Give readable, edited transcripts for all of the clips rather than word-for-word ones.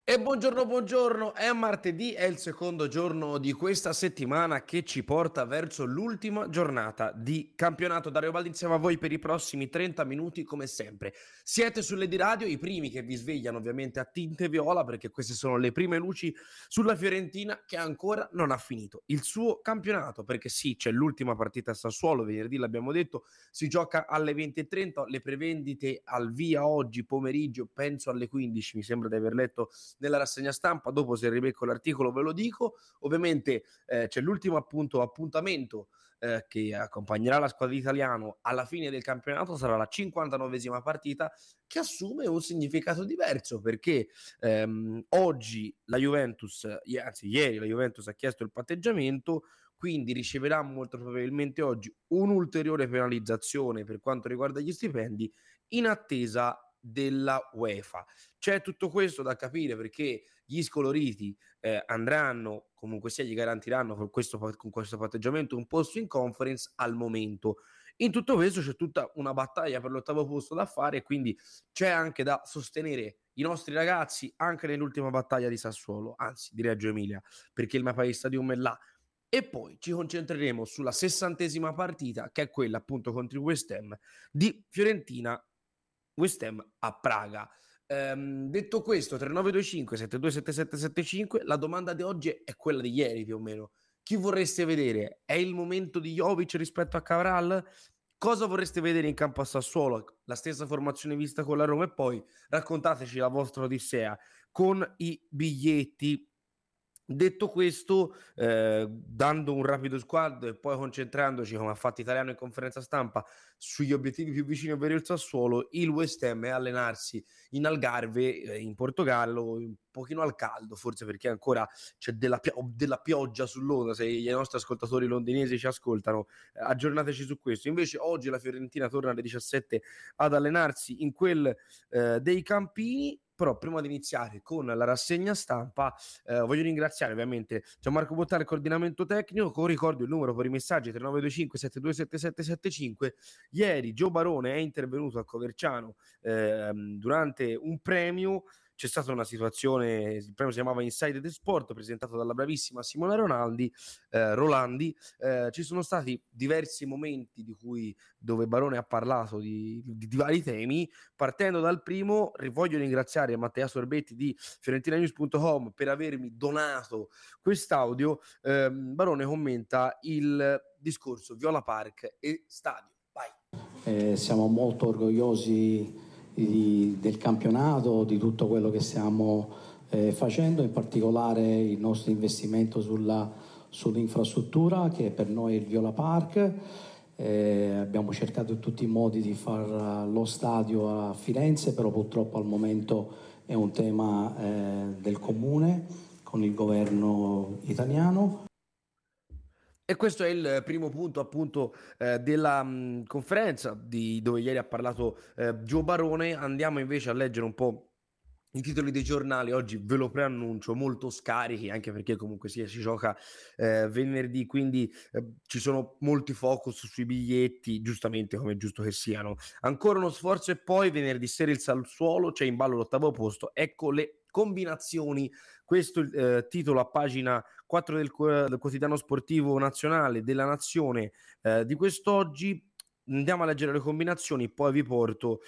E buongiorno, buongiorno, è martedì, è il secondo giorno di questa settimana che ci porta verso l'ultima giornata di campionato. Dario Baldi insieme a voi per i prossimi 30 minuti come sempre. Siete sulle di radio, i primi che vi svegliano ovviamente a tinte viola perché queste sono le prime luci sulla Fiorentina che ancora non ha finito il suo campionato, perché sì, c'è l'ultima partita a Sassuolo, venerdì l'abbiamo detto, si gioca alle 20:30, le prevendite al via oggi pomeriggio, penso alle 15, mi sembra di aver letto nella rassegna stampa. Dopo, se ribecco l'articolo ve lo dico. Ovviamente c'è l'ultimo appuntamento che accompagnerà la squadra italiana alla fine del campionato, sarà la 59esima partita, che assume un significato diverso perché oggi la Juventus, anzi ieri la Juventus ha chiesto il patteggiamento, quindi riceverà molto probabilmente oggi un'ulteriore penalizzazione per quanto riguarda gli stipendi in attesa della UEFA. C'è tutto questo da capire perché gli scoloriti andranno, comunque sia, gli garantiranno con questo patteggiamento un posto in conference al momento. In tutto questo c'è tutta una battaglia per l'ottavo posto da fare e quindi c'è anche da sostenere i nostri ragazzi anche nell'ultima battaglia di Sassuolo, anzi di Reggio Emilia, perché il Mapei Stadium è là. E poi ci concentreremo sulla 60esima partita, che è quella appunto contro il West Ham di Fiorentina West Ham a Praga. Detto questo, 3925 727775, la domanda di oggi è quella di ieri più o meno. Chi vorreste vedere? È il momento di Jovic rispetto a Cabral? Cosa vorreste vedere in campo a Sassuolo? La stessa formazione vista con la Roma? E poi raccontateci la vostra odissea con i biglietti. Detto questo, dando un rapido sguardo e poi concentrandoci, come ha fatto Italiano in conferenza stampa, sugli obiettivi più vicini, ovvero il Sassuolo, il West Ham è allenarsi in Algarve, in Portogallo, un pochino al caldo, forse perché ancora c'è della pioggia sull'onda. Se i nostri ascoltatori londinesi ci ascoltano, aggiornateci su questo. Invece oggi la Fiorentina torna alle 17 ad allenarsi in quel dei Campini. Però prima di iniziare con la rassegna stampa voglio ringraziare ovviamente Gianmarco Bottare, coordinamento tecnico. Ricordo il numero per i messaggi 3925 727775. Ieri Gio Barone è intervenuto a Coverciano durante un premio. C'è stata una situazione, il premio si chiamava Inside the Sport, presentato dalla bravissima Simona Rolandi. Ci sono stati diversi momenti dove Barone ha parlato di vari temi. Partendo dal primo, voglio ringraziare Matteo Sorbetti di FiorentinaNews.com per avermi donato quest'audio. Barone commenta il discorso Viola Park e stadio. Vai. Siamo molto orgogliosi del campionato, di tutto quello che stiamo facendo, in particolare il nostro investimento sull'infrastruttura, che per noi è il Viola Park. Abbiamo cercato in tutti i modi di fare lo stadio a Firenze, però purtroppo al momento è un tema del comune con il governo italiano. E questo è il primo punto appunto della conferenza dove ieri ha parlato Gio Barone. Andiamo invece a leggere un po' i titoli dei giornali. Oggi ve lo preannuncio, molto scarichi, anche perché comunque si gioca venerdì, quindi ci sono molti focus sui biglietti, giustamente, come è giusto che siano. Ancora uno sforzo e poi venerdì sera il Sassuolo, c'è in ballo l'ottavo posto. Ecco le combinazioni. Questo è il titolo a pagina 4 del quotidiano sportivo nazionale della Nazione di quest'oggi. Andiamo a leggere le combinazioni, poi vi porto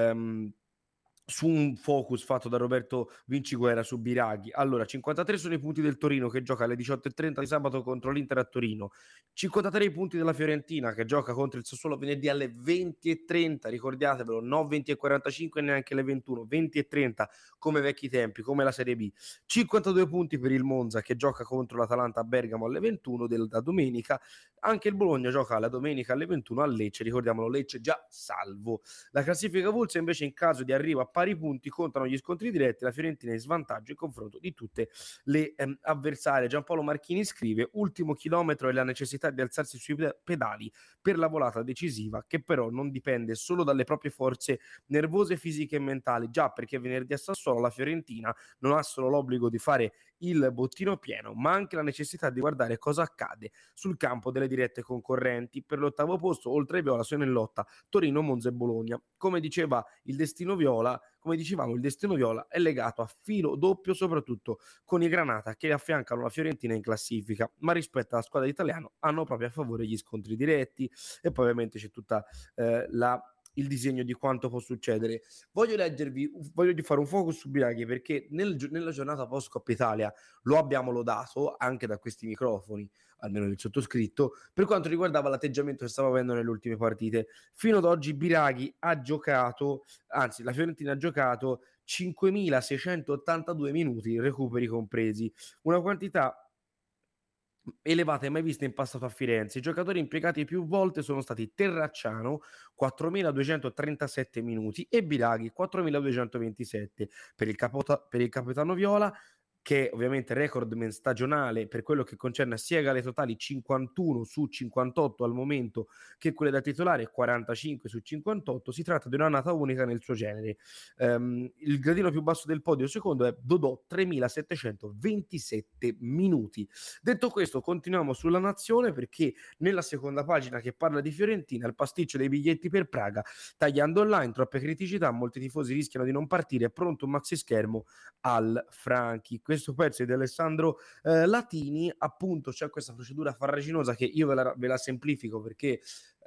su un focus fatto da Roberto Vinciguerra su Biraghi. Allora, 53 sono i punti del Torino che gioca alle 18:30 di sabato contro l'Inter a Torino, 53 i punti della Fiorentina che gioca contro il Sassuolo venerdì alle 20:30, ricordatevelo, no 20:45 neanche alle 21, 20:30 come vecchi tempi, come la Serie B. 52 punti per il Monza che gioca contro l'Atalanta a Bergamo alle 21 da domenica. Anche il Bologna gioca la domenica alle 21 a Lecce, ricordiamolo, Lecce già salvo. La classifica Vulsa invece, in caso di arrivo a pari punti, contano gli scontri diretti, la Fiorentina è in svantaggio in confronto di tutte le avversarie. Giampaolo Marchini scrive: ultimo chilometro e la necessità di alzarsi sui pedali per la volata decisiva, che però non dipende solo dalle proprie forze nervose, fisiche e mentali, già perché venerdì a Sassuolo la Fiorentina non ha solo l'obbligo di fare il bottino pieno, ma anche la necessità di guardare cosa accade sul campo delle dirette concorrenti. Per l'ottavo posto, oltre ai viola, sono in lotta Torino, Monza e Bologna. come diceva il destino viola, come dicevamo, il destino viola è legato a filo doppio, soprattutto con i Granata che affiancano la Fiorentina in classifica, ma rispetto alla squadra italiana hanno proprio a favore gli scontri diretti, e poi ovviamente c'è tutta il disegno di quanto può succedere. Voglio fare un focus su Biraghi, perché nella giornata post Coppa Italia lo abbiamo lodato anche da questi microfoni, almeno il sottoscritto, per quanto riguardava l'atteggiamento che stava avendo nelle ultime partite. Fino ad oggi Biraghi ha giocato, anzi la Fiorentina ha giocato 5.682 minuti, recuperi compresi, una quantità elevate mai viste in passato a Firenze. I giocatori impiegati più volte sono stati Terracciano 4.237 minuti e Biraghi 4.227. Per il capitano Viola, che è ovviamente recordman stagionale per quello che concerne sia gare totali, 51 su 58 al momento, che quelle da titolare 45 su 58, si tratta di un'annata unica nel suo genere. Il gradino più basso del podio secondo è Dodò, 3.727 minuti. Detto questo, continuiamo sulla nazione, perché nella seconda pagina che parla di Fiorentina, il pasticcio dei biglietti per Praga, tagliando online, troppe criticità, molti tifosi rischiano di non partire, pronto un maxi schermo al Franchi. Questo pezzo è di Alessandro Latini. Appunto c'è questa procedura farraginosa che io ve la semplifico, perché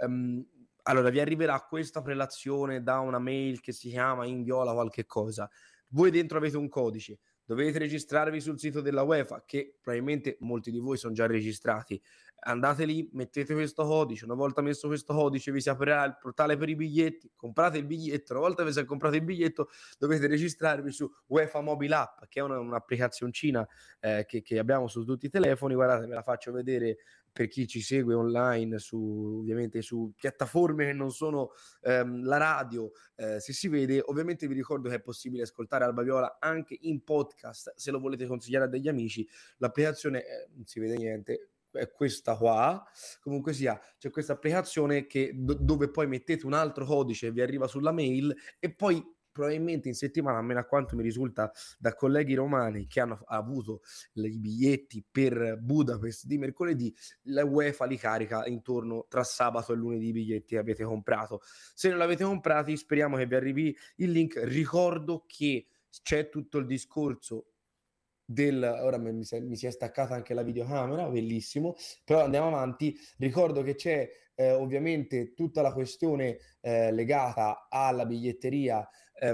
allora vi arriverà questa prelazione da una mail che si chiama inviola qualche cosa, voi dentro avete un codice, dovete registrarvi sul sito della UEFA, che probabilmente molti di voi sono già registrati. Andate lì, mettete questo codice, una volta messo questo codice vi si aprirà il portale per i biglietti, comprate il biglietto, una volta vi siete comprato il biglietto dovete registrarvi su UEFA Mobile App, che è un'applicazioncina che abbiamo su tutti i telefoni. Guardate, ve la faccio vedere per chi ci segue online, ovviamente su piattaforme che non sono la radio, se si vede. Ovviamente vi ricordo che è possibile ascoltare Alba Viola anche in podcast, se lo volete consigliare a degli amici. L'applicazione non si vede niente, è questa qua. Comunque sia, c'è questa applicazione dove poi mettete un altro codice, vi arriva sulla mail, e poi probabilmente in settimana, almeno a quanto mi risulta da colleghi romani che hanno avuto i biglietti per Budapest di mercoledì, la UEFA li carica intorno tra sabato e lunedì i biglietti che avete comprato. Se non l'avete comprati, speriamo che vi arrivi il link. Ricordo che c'è tutto il discorso ora mi si è staccata anche la videocamera, bellissimo, però andiamo avanti. Ricordo che c'è ovviamente tutta la questione legata alla biglietteria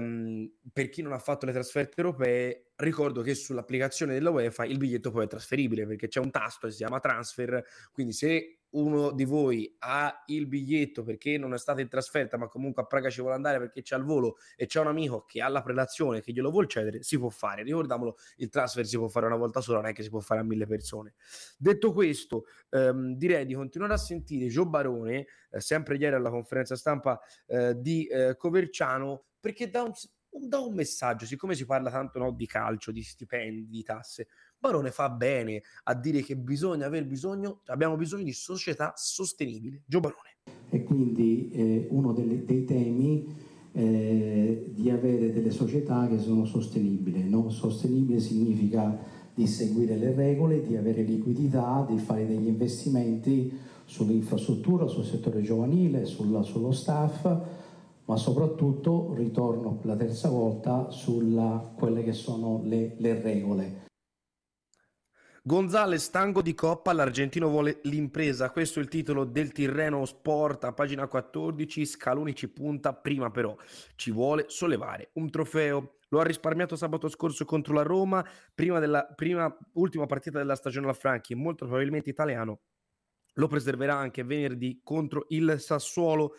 per chi non ha fatto le trasferte europee. Ricordo che sull'applicazione della UEFA il biglietto poi è trasferibile, perché c'è un tasto che si chiama transfer, quindi se uno di voi ha il biglietto perché non è stato in trasferta ma comunque a Praga ci vuole andare perché c'è il volo e c'è un amico che ha la prelazione che glielo vuol cedere, si può fare. Ricordiamolo, il transfer si può fare una volta sola, non è che si può fare a 1000 persone. Detto questo, direi di continuare a sentire Gio Barone, sempre ieri alla conferenza stampa di Coverciano, perché dà un messaggio. Siccome si parla tanto, no, di calcio, di stipendi, di tasse, Barone fa bene a dire che abbiamo bisogno di società sostenibili. Gio Barone. E quindi uno dei temi di avere delle società che sono sostenibili, no? Sostenibile significa di seguire le regole, di avere liquidità, di fare degli investimenti sull'infrastruttura, sul settore giovanile, sullo staff, ma soprattutto, ritorno la terza volta, quelle che sono le regole. Gonzales, tango di coppa, l'argentino vuole l'impresa. Questo è il titolo del Tirreno Sport a pagina 14. Scaloni ci punta, prima però ci vuole sollevare un trofeo. Lo ha risparmiato sabato scorso contro la Roma, ultima partita della stagione alla Franchi, molto probabilmente italiano. Lo preserverà anche venerdì contro il Sassuolo.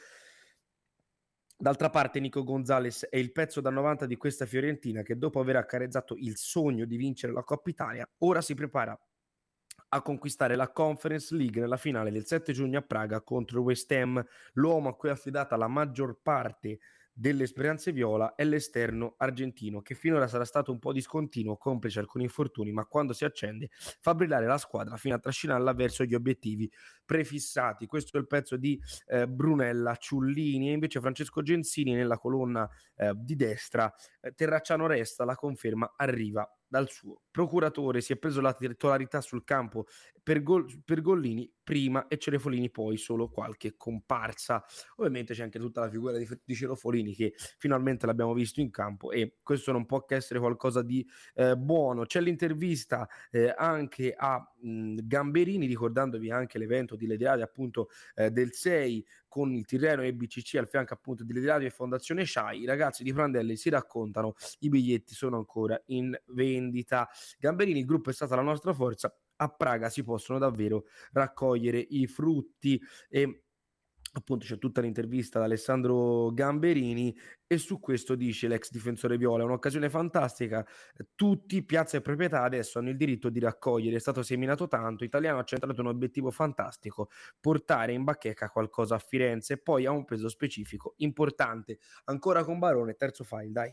D'altra parte Nico Gonzalez è il pezzo da 90 di questa Fiorentina, che dopo aver accarezzato il sogno di vincere la Coppa Italia, ora si prepara a conquistare la Conference League nella finale del 7 giugno a Praga contro il West Ham. L'uomo a cui è affidata la maggior parte delle speranze viola è l'esterno argentino, che finora sarà stato un po' discontinuo, complice alcuni infortuni, ma quando si accende fa brillare la squadra fino a trascinarla verso gli obiettivi prefissati. Questo è il pezzo di Brunella Ciullini, e invece Francesco Gensini nella colonna di destra. Terracciano resta, la conferma arriva dal suo procuratore, si è preso la titolarità sul campo per Gollini prima e Cerefolini poi solo qualche comparsa. Ovviamente c'è anche tutta la figura di Cerefolini che finalmente l'abbiamo visto in campo e questo non può che essere qualcosa di buono. C'è l'intervista anche a Gamberini, ricordandovi anche l'evento di Ledirate appunto del 6 con il Tirreno e BCC al fianco appunto di Ledirate e Fondazione Sciai. I ragazzi di Prandelli si raccontano, i biglietti sono ancora in vendita. Gamberini, il gruppo è stata la nostra forza, a Praga si possono davvero raccogliere i frutti e appunto c'è tutta l'intervista ad Alessandro Gamberini e su questo dice l'ex difensore viola: è un'occasione fantastica, tutti, piazza e proprietà adesso hanno il diritto di raccogliere, è stato seminato tanto, Italiano ha centrato un obiettivo fantastico, portare in bacheca qualcosa a Firenze, poi ha un peso specifico importante. Ancora con Barone, terzo file, dai.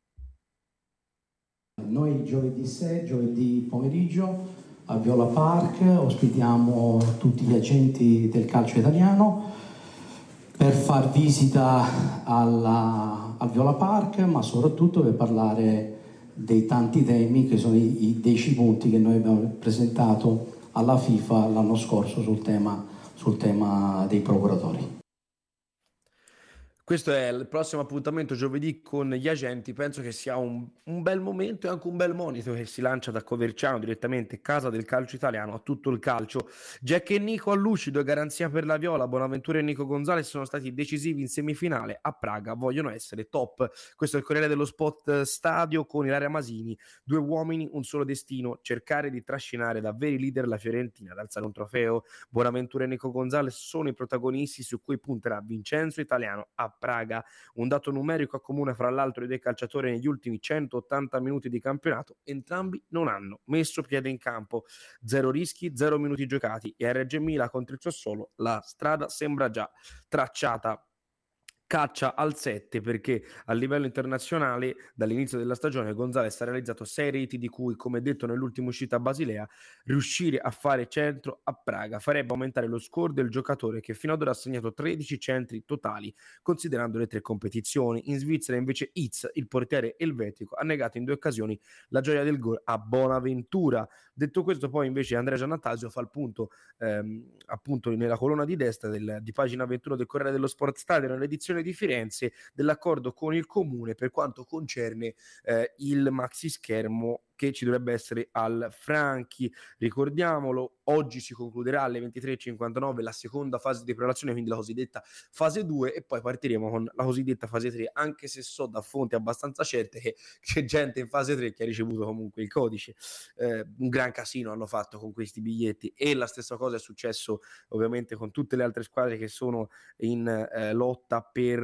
Noi giovedì pomeriggio a Viola Park ospitiamo tutti gli agenti del calcio italiano per far visita al Viola Park, ma soprattutto per parlare dei tanti temi che sono i 10 punti che noi abbiamo presentato alla FIFA l'anno scorso sul tema dei procuratori. Questo è il prossimo appuntamento giovedì con gli agenti, penso che sia un bel momento e anche un bel monito che si lancia da Coverciano direttamente, casa del calcio italiano, a tutto il calcio. Jack e Nico a lucido e garanzia per la Viola, Bonaventura e Nico Gonzalez sono stati decisivi in semifinale a Praga, vogliono essere top. Questo è il Corriere dello Sport Stadio con Ilaria Masini, due uomini, un solo destino, cercare di trascinare da veri leader la Fiorentina ad alzare un trofeo. Bonaventura e Nico Gonzalez sono i protagonisti su cui punterà Vincenzo Italiano a Praga. Un dato numerico accomuna fra l'altro i due calciatori negli ultimi 180 minuti di campionato, entrambi non hanno messo piede in campo, 0 rischi, 0 minuti giocati e a Reggio Emilia contro il Sassuolo la strada sembra già tracciata. Caccia al 7 perché a livello internazionale dall'inizio della stagione Gonzalez ha realizzato 6 reti di cui, come detto nell'ultima uscita a Basilea, riuscire a fare centro a Praga farebbe aumentare lo score del giocatore che fino ad ora ha segnato 13 centri totali considerando le 3 competizioni. In Svizzera invece Itz, il portiere elvetico, ha negato in 2 occasioni la gioia del gol a Bonaventura. Detto questo poi invece Andrea Giannattasio fa il punto appunto nella colonna di destra di pagina 21 del Corriere dello Sport Stadio nell'edizione di Firenze dell'accordo con il comune per quanto concerne il maxi schermo che ci dovrebbe essere al Franchi. Ricordiamolo, oggi si concluderà alle 23:59 la seconda fase di prelazione, quindi la cosiddetta fase 2 e poi partiremo con la cosiddetta fase 3, anche se so da fonti abbastanza certe che c'è gente in fase 3 che ha ricevuto comunque il codice. Un gran casino hanno fatto con questi biglietti e la stessa cosa è successo ovviamente con tutte le altre squadre che sono in lotta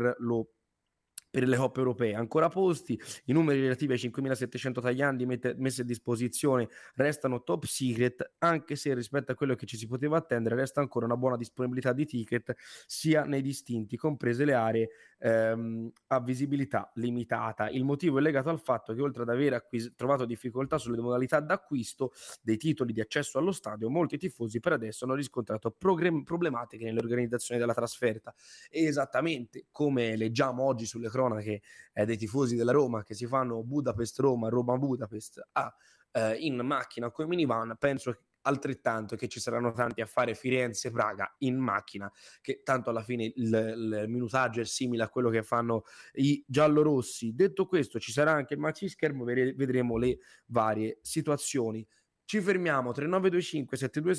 per le coppe europee. Ancora posti, i numeri relativi ai 5.700 tagliandi messi a disposizione restano top secret, anche se rispetto a quello che ci si poteva attendere resta ancora una buona disponibilità di ticket sia nei distinti, comprese le aree a visibilità limitata. Il motivo è legato al fatto che oltre ad aver trovato difficoltà sulle modalità d'acquisto dei titoli di accesso allo stadio, molti tifosi per adesso hanno riscontrato problematiche nell'organizzazione della trasferta. E esattamente come leggiamo oggi sulle cronache dei tifosi della Roma che si fanno Budapest-Roma, Roma-Budapest in macchina con i minivan, penso altrettanto che ci saranno tanti a fare Firenze-Praga in macchina, che tanto alla fine il minutaggio è simile a quello che fanno i giallorossi. Detto questo, ci sarà anche il maxi schermo, vedremo le varie situazioni. Ci fermiamo 3925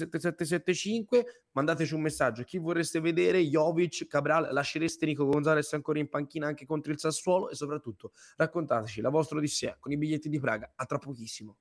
727775, mandateci un messaggio, chi vorreste vedere, Jovic, Cabral, lascereste Nico Gonzalez ancora in panchina anche contro il Sassuolo e soprattutto raccontateci la vostra odissea con i biglietti di Praga. A tra pochissimo.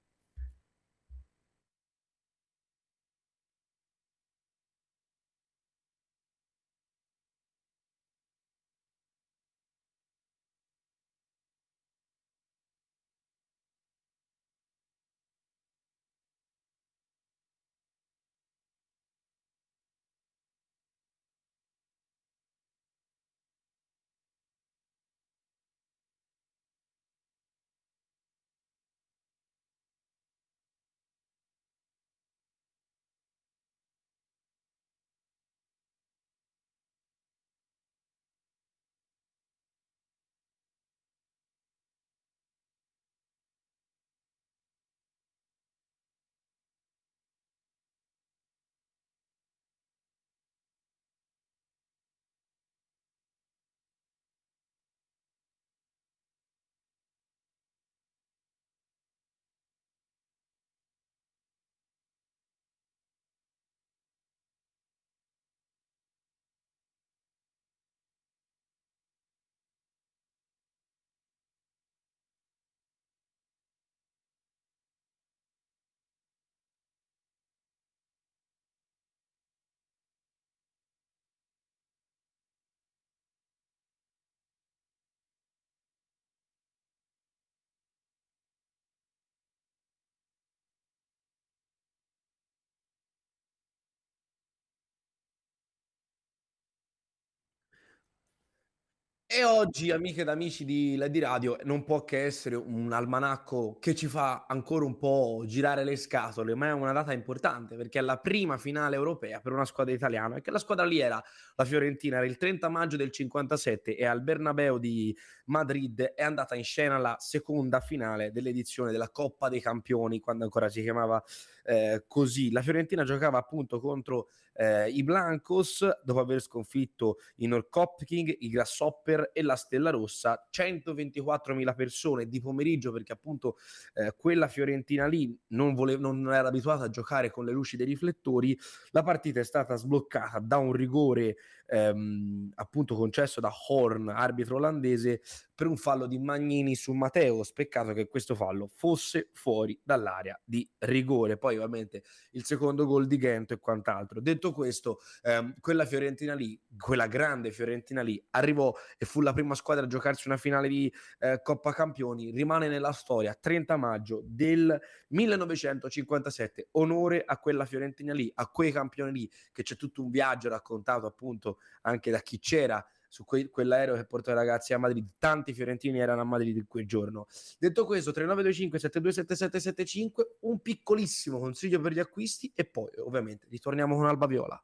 E oggi, amiche ed amici di Radio, non può che essere un almanacco che ci fa ancora un po' girare le scatole, ma è una data importante perché è la prima finale europea per una squadra italiana e che la squadra lì era la Fiorentina, era il 30 maggio del 57 e al Bernabeu di Madrid è andata in scena la seconda finale dell'edizione della Coppa dei Campioni, quando ancora si chiamava così. La Fiorentina giocava appunto contro i Blancos dopo aver sconfitto i Norrköping, i Grasshopper e la Stella Rossa, 124.000 persone di pomeriggio perché appunto quella Fiorentina lì non era abituata a giocare con le luci dei riflettori. La partita è stata sbloccata da un rigore appunto concesso da Horn, arbitro olandese, per un fallo di Magnini su Matteo. Peccato che questo fallo fosse fuori dall'area di rigore. Poi ovviamente il secondo gol di Ghento e quant'altro. Detto questo, quella Fiorentina lì, quella grande Fiorentina lì, arrivò e fu la prima squadra a giocarsi una finale di Coppa Campioni, rimane nella storia, 30 maggio del 1957, onore a quella Fiorentina lì, a quei campioni lì, che c'è tutto un viaggio raccontato appunto anche da chi c'era su quell'aereo che portò i ragazzi a Madrid. Tanti fiorentini erano a Madrid quel giorno. Detto questo, 3925 727775, un piccolissimo consiglio per gli acquisti e poi ovviamente ritorniamo con Alba Viola.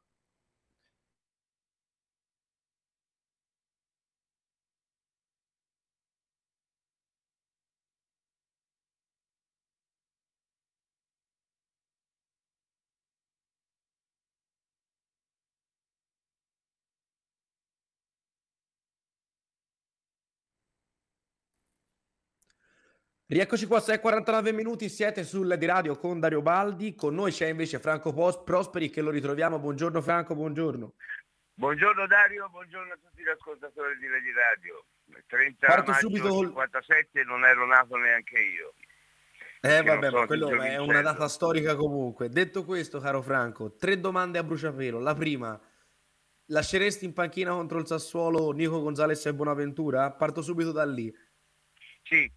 Rieccoci qua, 6:49 minuti, siete sul di Radio con Dario Baldi, con noi c'è invece Franco Prosperi che lo ritroviamo. Buongiorno Franco, buongiorno. Buongiorno Dario, buongiorno a tutti gli ascoltatori di Radio. Il 30 Parto maggio subito 57 non ero nato neanche io. Vabbè, ma quello è una data storica comunque. Detto questo, caro Franco, 3 domande a bruciapelo. La prima, lasceresti in panchina contro il Sassuolo Nico Gonzalez e Bonaventura? Parto subito da lì. Sì,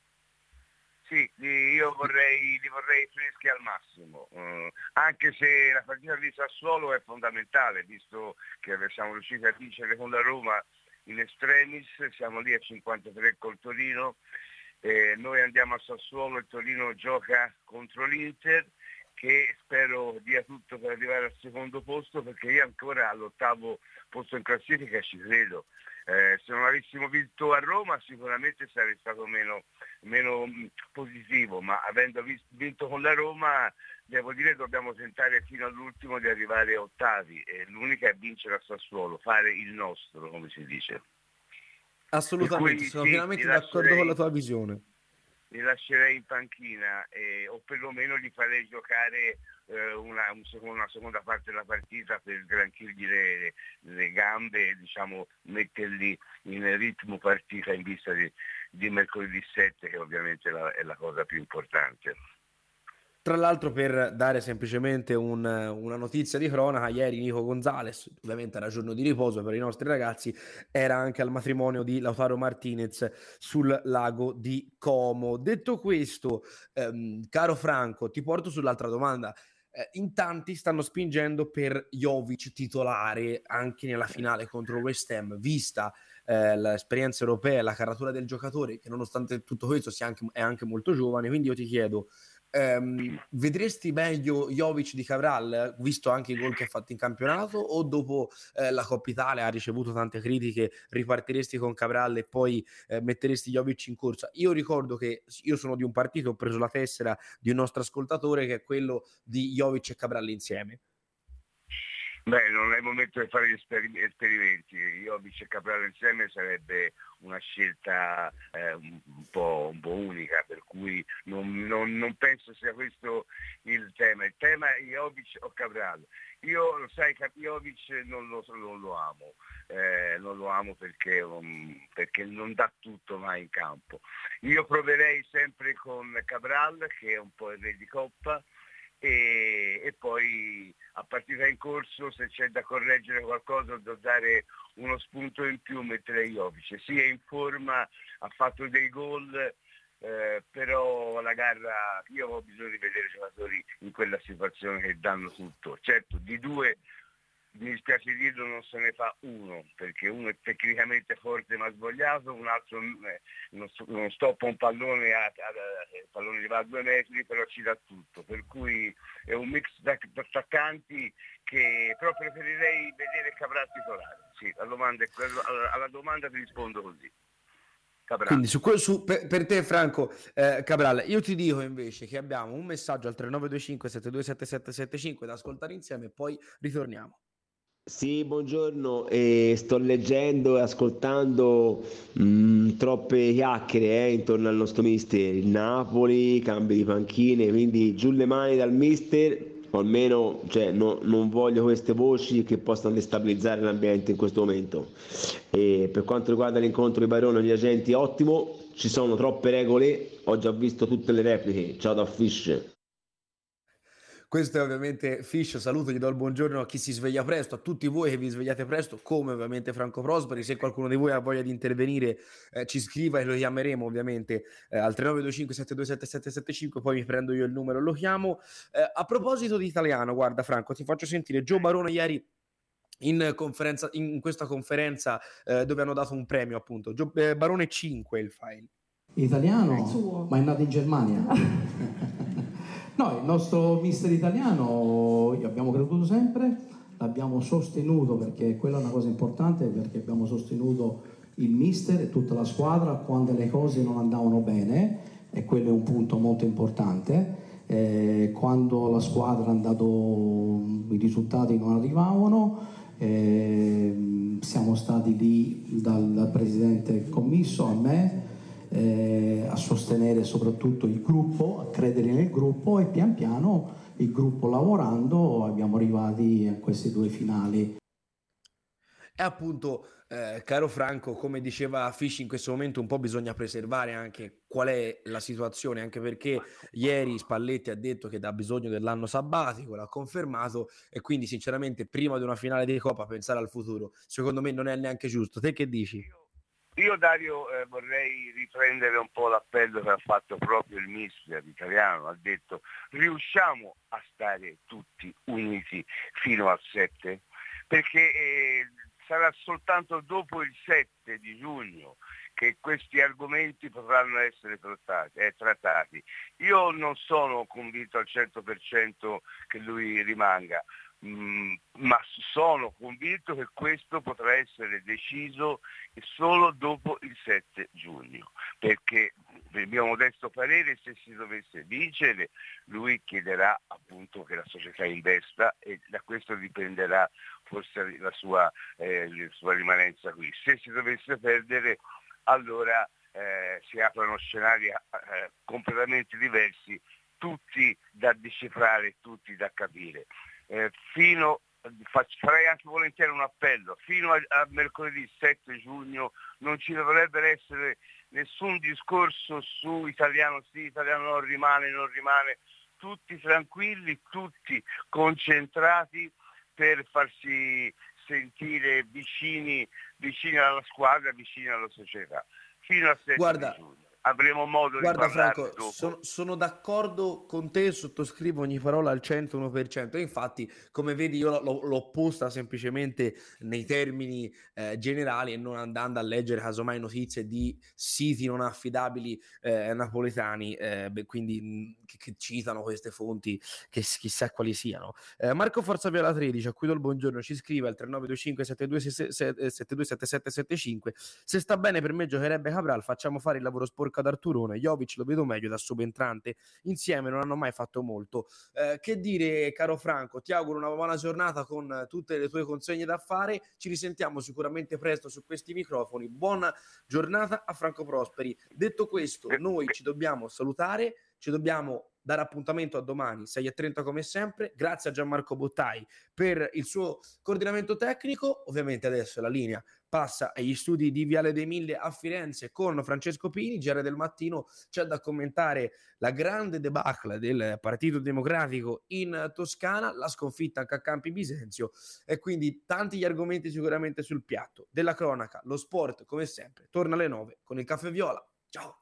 io li vorrei freschi al massimo, anche se la partita di Sassuolo è fondamentale, visto che siamo riusciti a vincere con la Roma in extremis, siamo lì a 53 col Torino, noi andiamo a Sassuolo, il Torino gioca contro l'Inter, che spero dia tutto per arrivare al secondo posto, perché io ancora all'8° posto in classifica ci credo. Se non avessimo vinto a Roma sicuramente sarei stato meno positivo, ma avendo vinto con la Roma devo dire dobbiamo tentare fino all'ultimo di arrivare a ottavi, l'unica è vincere a Sassuolo, fare il nostro, come si dice. Assolutamente, sono pienamente d'accordo con la tua visione. Li lascerei in panchina o perlomeno li farei giocare una seconda parte della partita per sgranchirgli le gambe e diciamo metterli in ritmo partita in vista di mercoledì 7, che ovviamente è la cosa più importante. Tra l'altro, per dare semplicemente una notizia di cronaca, ieri Nico Gonzalez, ovviamente era giorno di riposo per i nostri ragazzi, era anche al matrimonio di Lautaro Martinez sul lago di Como. Detto questo, caro Franco, ti porto sull'altra domanda. In tanti stanno spingendo per Jovic titolare anche nella finale contro il West Ham, vista l'esperienza europea e la caratura del giocatore, che nonostante tutto questo è anche molto giovane. Quindi io ti chiedo, vedresti meglio Jovic di Cabral, visto anche i gol che ha fatto in campionato, o dopo la Coppa Italia ha ricevuto tante critiche, ripartiresti con Cabral e poi metteresti Jovic in corsa? Io ricordo che io sono di un partito, ho preso la tessera di un nostro ascoltatore che è quello di Jovic e Cabral insieme. Beh, non è il momento di fare gli esperimenti. Jovic e Cabral insieme sarebbe una scelta un po' unica, per cui non penso sia questo il tema. Il tema è Jovic o Cabral. Io, lo sai, Jovic non lo amo. Non lo amo perché non dà tutto mai in campo. Io proverei sempre con Cabral, che è un po' il re di Coppa, e poi a partita in corso, se c'è da correggere qualcosa o da dare uno spunto in più, metterei Jovic. Sì, è in forma, ha fatto dei gol, però la gara, io ho bisogno di vedere giocatori in quella situazione che danno tutto. Certo, di due mi dispiace dirlo, non se ne fa uno, perché uno è tecnicamente forte ma sbagliato, un altro non stoppa un pallone, il pallone gli va a 2 metri, però ci dà tutto, per cui è un mix di attaccanti che però preferirei vedere Cabral titolare. Sì, alla domanda ti rispondo così. Quindi per te Franco Cabral, io ti dico invece che abbiamo un messaggio al 3925 727775 da ascoltare insieme e poi ritorniamo. Sì, buongiorno, sto leggendo e ascoltando troppe chiacchiere intorno al nostro mister, il Napoli, cambi di panchine, quindi giù le mani dal mister, o almeno cioè, non voglio queste voci che possano destabilizzare l'ambiente in questo momento. E per quanto riguarda l'incontro di Barone e gli agenti, ottimo, ci sono troppe regole, ho già visto tutte le repliche, ciao da Fish. Questo è ovviamente Fish, saluto, gli do il buongiorno a chi si sveglia presto, a tutti voi che vi svegliate presto, come ovviamente Franco Prosperi. Se qualcuno di voi ha voglia di intervenire ci scriva e lo chiameremo ovviamente al 3925 727775, poi mi prendo io il numero e lo chiamo. A proposito di italiano, guarda Franco, ti faccio sentire Gio Barone ieri in questa conferenza dove hanno dato un premio appunto, Barone 5 il file. Italiano, ma è nato in Germania. No, il nostro mister italiano gli abbiamo creduto sempre, l'abbiamo sostenuto perché quella è una cosa importante, perché abbiamo sostenuto il mister e tutta la squadra quando le cose non andavano bene, e quello è un punto molto importante. Quando la squadra è andato, i risultati non arrivavano, siamo stati lì dal presidente commisso a me, a sostenere soprattutto il gruppo, a credere nel gruppo, e pian piano il gruppo lavorando abbiamo arrivati a queste 2 finali. E appunto, caro Franco, come diceva Fish, in questo momento un po' bisogna preservare anche qual è la situazione, anche perché ieri Spalletti ha detto che ha bisogno dell'anno sabbatico, l'ha confermato, e quindi sinceramente prima di una finale di Coppa pensare al futuro, secondo me non è neanche giusto. Te che dici? Io Dario vorrei riprendere un po' l'appello che ha fatto proprio il mister italiano, ha detto riusciamo a stare tutti uniti fino al 7, perché sarà soltanto dopo il 7 di giugno che questi argomenti potranno essere trattati. Io non sono convinto al 100% che lui rimanga, ma sono convinto che questo potrà essere deciso solo dopo il 7 giugno, perché per il mio modesto parere, se si dovesse vincere, lui chiederà appunto che la società investa, e da questo dipenderà forse la sua rimanenza qui. Se si dovesse perdere, allora si aprono scenari completamente diversi, tutti da decifrare, tutti da capire. Farei anche volentieri un appello: fino a mercoledì 7 giugno non ci dovrebbe essere nessun discorso su italiano sì, italiano no, rimane, non rimane, tutti tranquilli, tutti concentrati per farsi sentire vicini alla squadra, vicini alla società, fino a 7 giugno. Avremo modo di parlarne Franco, dopo. sono d'accordo con te, sottoscrivo ogni parola al 101%. Infatti, come vedi, io l'ho posta semplicemente nei termini generali, e non andando a leggere casomai notizie di siti non affidabili napoletani, quindi che citano queste fonti che chissà quali siano. Marco Forza Viola 13, a cui do il buongiorno, ci scrive al 3925 727775: se sta bene per me giocherebbe Cabral, facciamo fare il lavoro sporco ad Arturone. Jovic lo vedo meglio da subentrante, insieme non hanno mai fatto molto. Che dire, caro Franco, ti auguro una buona giornata con tutte le tue consegne da fare, ci risentiamo sicuramente presto su questi microfoni. Buona giornata a Franco Prosperi. Detto questo, noi ci dobbiamo salutare, ci dobbiamo dare appuntamento a domani 6:30 come sempre. Grazie a Gianmarco Bottai per il suo coordinamento tecnico. Ovviamente adesso la linea passa agli studi di Viale dei Mille a Firenze con Francesco Pini. GR del mattino c'è da commentare la grande debacle del Partito Democratico in Toscana, la sconfitta anche a Campi Bisenzio, e quindi tanti gli argomenti sicuramente sul piatto della cronaca. Lo sport come sempre torna alle 9 con il Caffè Viola. Ciao!